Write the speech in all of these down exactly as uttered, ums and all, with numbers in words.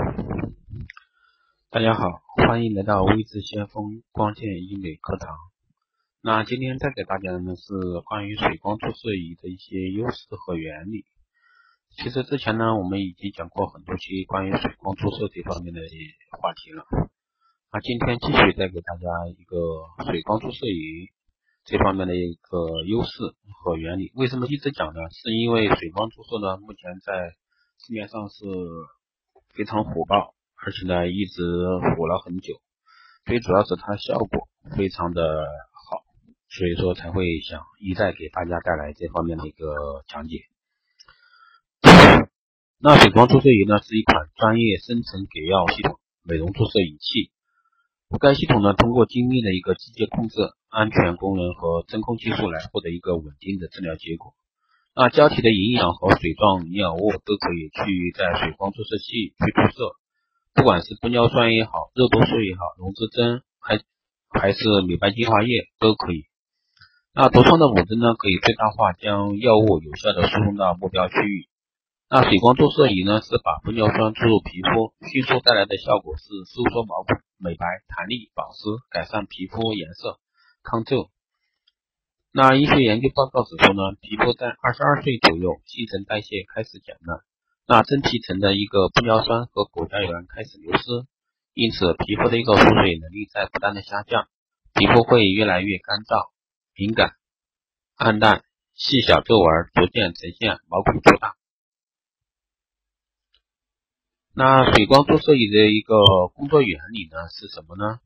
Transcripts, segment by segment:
大家好，欢迎来到微智先锋光电医美课堂。那今天带给大家的呢是关于水光注射仪的一些优势和原理。其实之前呢我们已经讲过很多期关于水光注射这方面的话题了。那今天继续带给大家一个水光注射仪这方面的一个优势和原理。为什么一直讲呢？是因为水光注射呢目前在市面上是非常火爆，而且呢一直火了很久，最主要是它效果非常的好，所以说才会想一再给大家带来这方面的一个讲解。那水光注射仪呢是一款专业深层给药系统美容注射仪器，该系统呢通过精密的一个机械控制、安全功能和真空技术来获得一个稳定的治疗结果。那胶体的营养和水状营养物都可以去在水光注射器去注射，不管是玻尿酸也好，热毒素也好，溶脂针还还是美白精华液都可以。那独创的五针呢，可以最大化将药物有效的输送到目标区域。那水光注射仪呢，是把玻尿酸注入皮肤，迅速带来的效果是收缩毛孔、美白、弹力、保湿、改善皮肤颜色、抗皱。那医学研究报告指出呢，皮肤在二十二岁左右新陈代谢开始减慢，那真皮层的一个玻尿酸和果胶原开始流失，因此皮肤的一个锁水能力在不断的下降，皮肤会越来越干燥、敏感、暗淡，细小皱纹逐渐呈现毛孔粗大。那水光注射仪的一个工作原理呢是什么呢？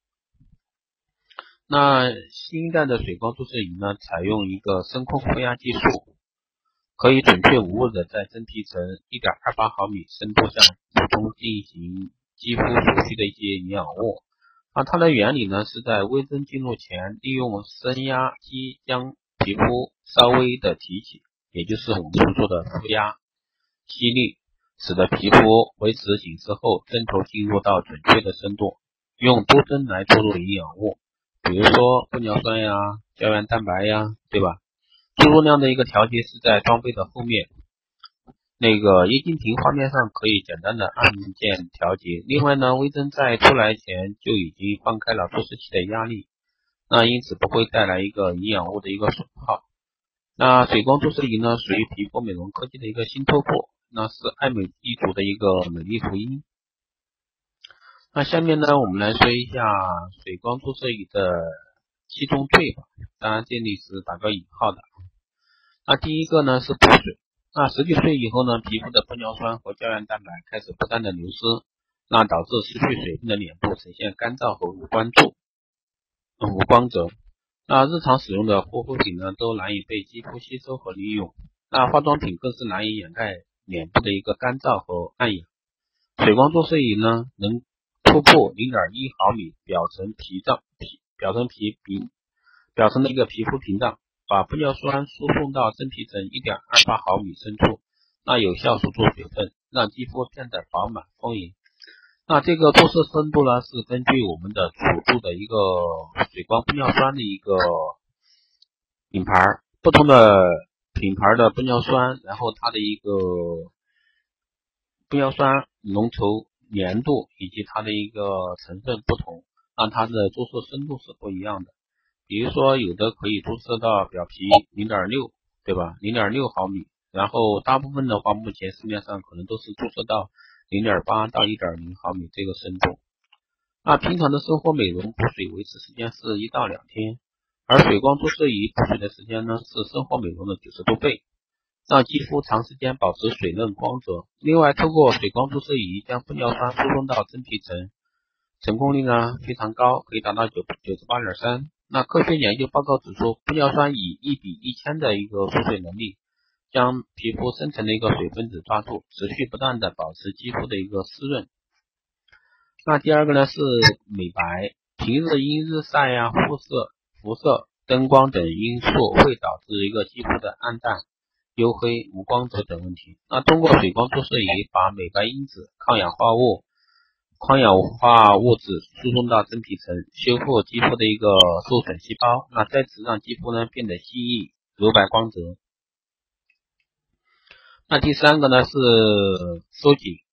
那新一代的水光注射仪呢，采用一个深空负压技术，可以准确无误的在真皮层 一点二八毫米深度下补充进行肌肤所需的一些营养物。啊，它的原理呢是在微针进入前，利用升压机将皮肤稍微的提起，也就是我们所说的负压吸力，使得皮肤维持紧实后，针头进入到准确的深度，用多针来注入营养物，比如说玻尿酸呀、胶原蛋白呀，对吧？注入量的一个调节是在装备的后面，那个液晶屏画面上可以简单的按键调节。另外呢，微针在出来前就已经放开了注射器的压力，那因此不会带来一个营养物的一个损耗。那水光注射仪呢，属于皮肤美容科技的一个新突破，那是爱美一族的一个美丽福音。那下面呢，我们来说一下水光注射仪的七宗罪吧，当然这里是打个引号的。那第一个呢是补水。那十几岁以后呢，皮肤的玻尿酸和胶原蛋白开始不断的流失，那导致失去水分的脸部呈现干燥和无光柱、嗯、无光泽。那日常使用的护肤品呢，都难以被肌肤吸收和利用。那化妆品更是难以掩盖脸部的一个干燥和暗哑。水光注射仪呢，能突破 零点一毫米表层皮障皮表层皮屏表层的一个皮肤屏障，把玻尿酸输送到真皮层 一点二八毫米深处，那有效锁住水分，让肌肤变得饱满丰盈。那这个注射深度呢，是根据我们的储注的一个水光玻尿酸的一个品牌，不同的品牌的玻尿酸，然后它的一个玻尿酸浓稠粘度以及它的一个成分不同，让它的注射深度是不一样的。比如说有的可以注射到表皮 零点六 对吧 ?零点六毫米，然后大部分的话目前市面上可能都是注射到 零点八 到 一点零毫米这个深度。那平常的生活美容补水维持时间是一到两天，而水光注射仪补水的时间呢是生活美容的九十多倍，让肌肤长时间保持水嫩光泽。另外透过水光注射仪将玻尿酸输送到真皮层，成功率呢非常高，可以达到 九十八点三。那科学研究报告指出，玻尿酸以一比一千的一个锁水能力，将皮肤深层的一个水分子抓住，持续不断的保持肌肤的一个湿润。那第二个呢是美白，平日因日晒呀、辐射、辐射、灯光等因素会导致一个肌肤的暗淡、黝黑、无光泽等问题。那通过水光注射仪把美白因子、抗氧化物抗氧化物质输送到真皮层，修复肌肤的一个受损细胞，那再次让肌肤呢变得细腻、柔白光泽。那第三个呢是收紧，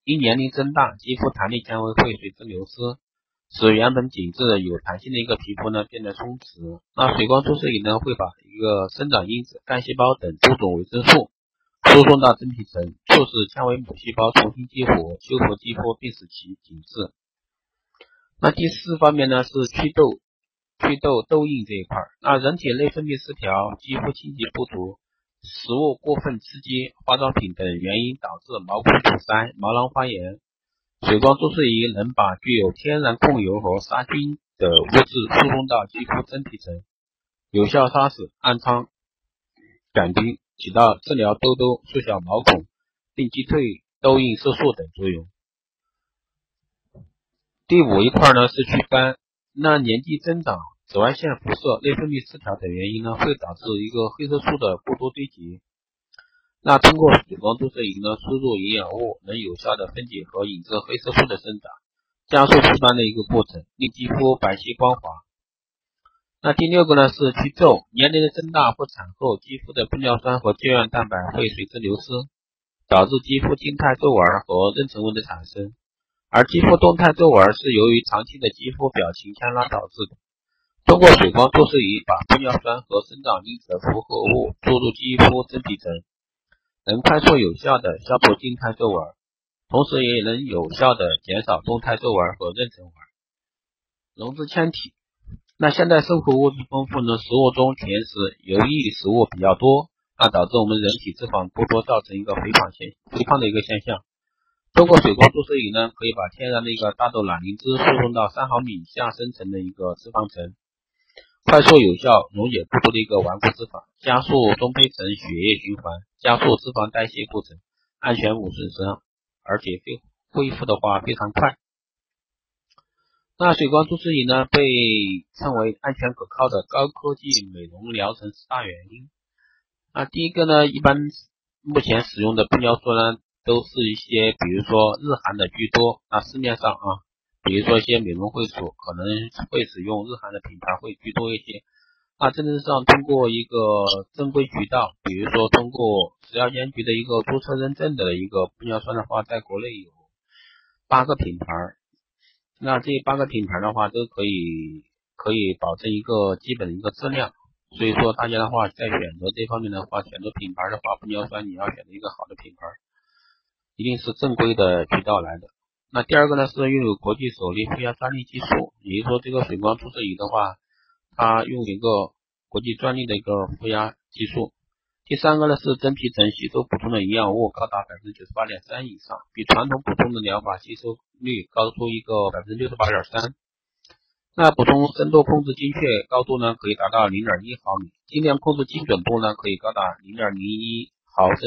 因年龄增大，肌肤弹力纤维会随之流失，使原本紧致有弹性的一个皮肤呢变得松弛。那水光注射仪呢会把一个生长因子、干细胞等多种维生素输送到真皮层，促使纤维母细胞重新激活，修复肌肤并使其紧致。那第四方面呢是祛痘、祛痘痘印这一块。那人体内分泌失调、肌肤清洁不足、食物过分刺激、化妆品等原因导致毛孔堵塞、毛囊发炎，水光注射仪能把具有天然控油和杀菌的物质输送到肌肤真皮层，有效杀死暗疮杆菌，起到治疗痘痘、缩小毛孔并击退痘印色素等作用。第五一块呢是祛斑。那年纪增长、紫外线辐射、内分泌失调等原因呢，会导致一个黑色素的过多堆积。那通过水光注射仪呢，输入营养物能有效的分解和引致黑色素的生长，加速祛斑的一个过程，令肌肤白皙光滑。那第六个呢是祛皱。年龄的增大或产后，肌肤的玻尿酸和胶原蛋白会随之流失，导致肌肤静态皱纹和妊娠纹的产生。而肌肤动态皱纹是由于长期的肌肤表情牵拉导致的。通过水光注射仪把玻尿酸和生长因子的复合物注入肌肤真皮层，能快速有效的消除静态皱纹，同时也能有效的减少动态皱纹和妊娠纹。溶脂纤体。那现在生活物质丰富呢，食物中甜食、油腻食物比较多，那导致我们人体脂肪过多，造成一个肥胖现肥胖的一个现象。通过水光注射仪呢，可以把天然的一个大豆卵磷脂输送到三毫米以下深层的一个脂肪层，快速有效溶解过多的一个顽固脂肪，加速中胚层血液循环，加速脂肪代谢过程，安全无损伤，而且恢复的话非常快。那水光注射仪呢，被称为安全可靠的高科技美容疗程四大原因。那第一个呢，一般目前使用的玻尿酸呢，都是一些比如说日韩的居多。那市面上啊，比如说一些美容会所可能会使用日韩的品牌会居多一些。那真正上通过一个正规渠道，比如说通过食药监局的一个注册认证的一个玻尿酸的话，在国内有八个品牌。那这八个品牌的话都可以可以保证一个基本的一个质量，所以说大家的话在选择这方面的话，选择品牌的话，玻尿酸你要选择一个好的品牌，一定是正规的渠道来的。那第二个呢是拥有国际首例负压专利技术，也就是说这个水光注射仪的话，它用一个国际专利的一个负压技术。第三个呢是真皮层吸收补充的营养物高达 百分之九十八点三 以上，比传统补充的疗法吸收率高出一个 百分之六十八点三。那补充深度控制精确高度呢可以达到 零点一毫米，尽量控制精准度呢可以高达 零点零一毫升。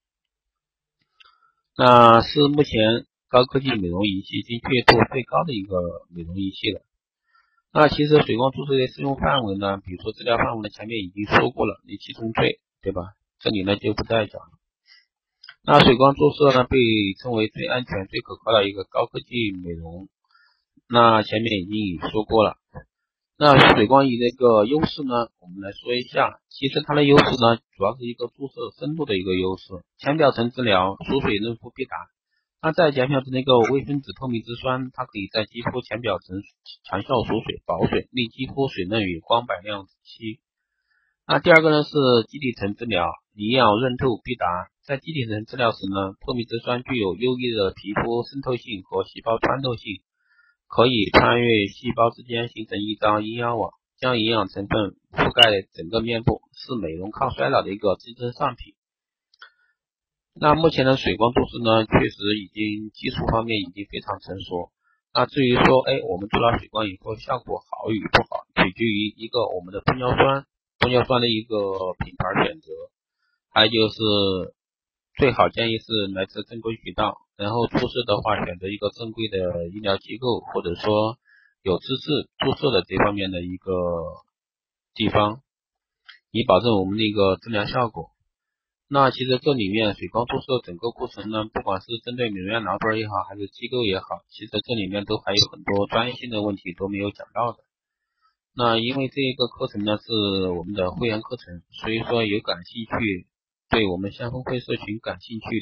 那是目前高科技美容仪器精确度最高的一个美容仪器了。那其实水光注射的适用范围呢，比如说治疗范围呢前面已经说过了，离奇中罪，对吧？这里呢就不再讲了。那水光注射呢被称为最安全最可靠的一个高科技美容，那前面已经说过了。那水光仪的一个优势呢，我们来说一下。其实它的优势呢主要是一个注射深度的一个优势，浅表层治疗疏水润肤必达。那在浅表层那个微分子透明质酸，它可以在肌肤浅表层强效锁水保水，令肌肤水嫩与光白亮皙。那第二个呢是基底层治疗，营养润透必达。在基底层治疗时呢，透明质酸具有优异的皮肤渗透性和细胞穿透性，可以穿越细胞之间形成一张营养网，将营养成分覆盖整个面部，是美容抗衰老的一个支撑上品。那目前的水光注射呢，确实已经技术方面已经非常成熟。那至于说，哎，我们做了水光以后效果好与不好，取决于一个我们的玻尿酸，玻尿酸的一个品牌选择，还有就是最好建议是来自正规渠道，然后注射的话选择一个正规的医疗机构，或者说有资质注射的这方面的一个地方，以保证我们的一个治疗效果。那其实这里面水光注射整个过程呢，不管是针对美容院老板也好，还是机构也好，其实这里面都还有很多专业性的问题都没有讲到的。那因为这一个课程呢是我们的会员课程，所以说有感兴趣对我们先锋会社群感兴趣的，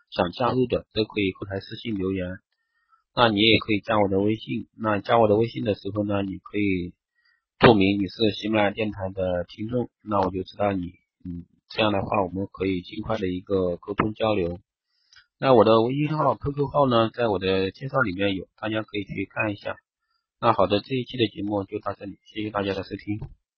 想加入的都可以后台私信留言。那你也可以加我的微信，那加我的微信的时候呢，你可以注明你是喜马拉雅电台的听众，那我就知道你，嗯，这样的话我们可以尽快的一个沟通交流。那我的微信号、Q Q 号呢，在我的介绍里面有，大家可以去看一下。那好的，这一期的节目就到这里，谢谢大家的收听。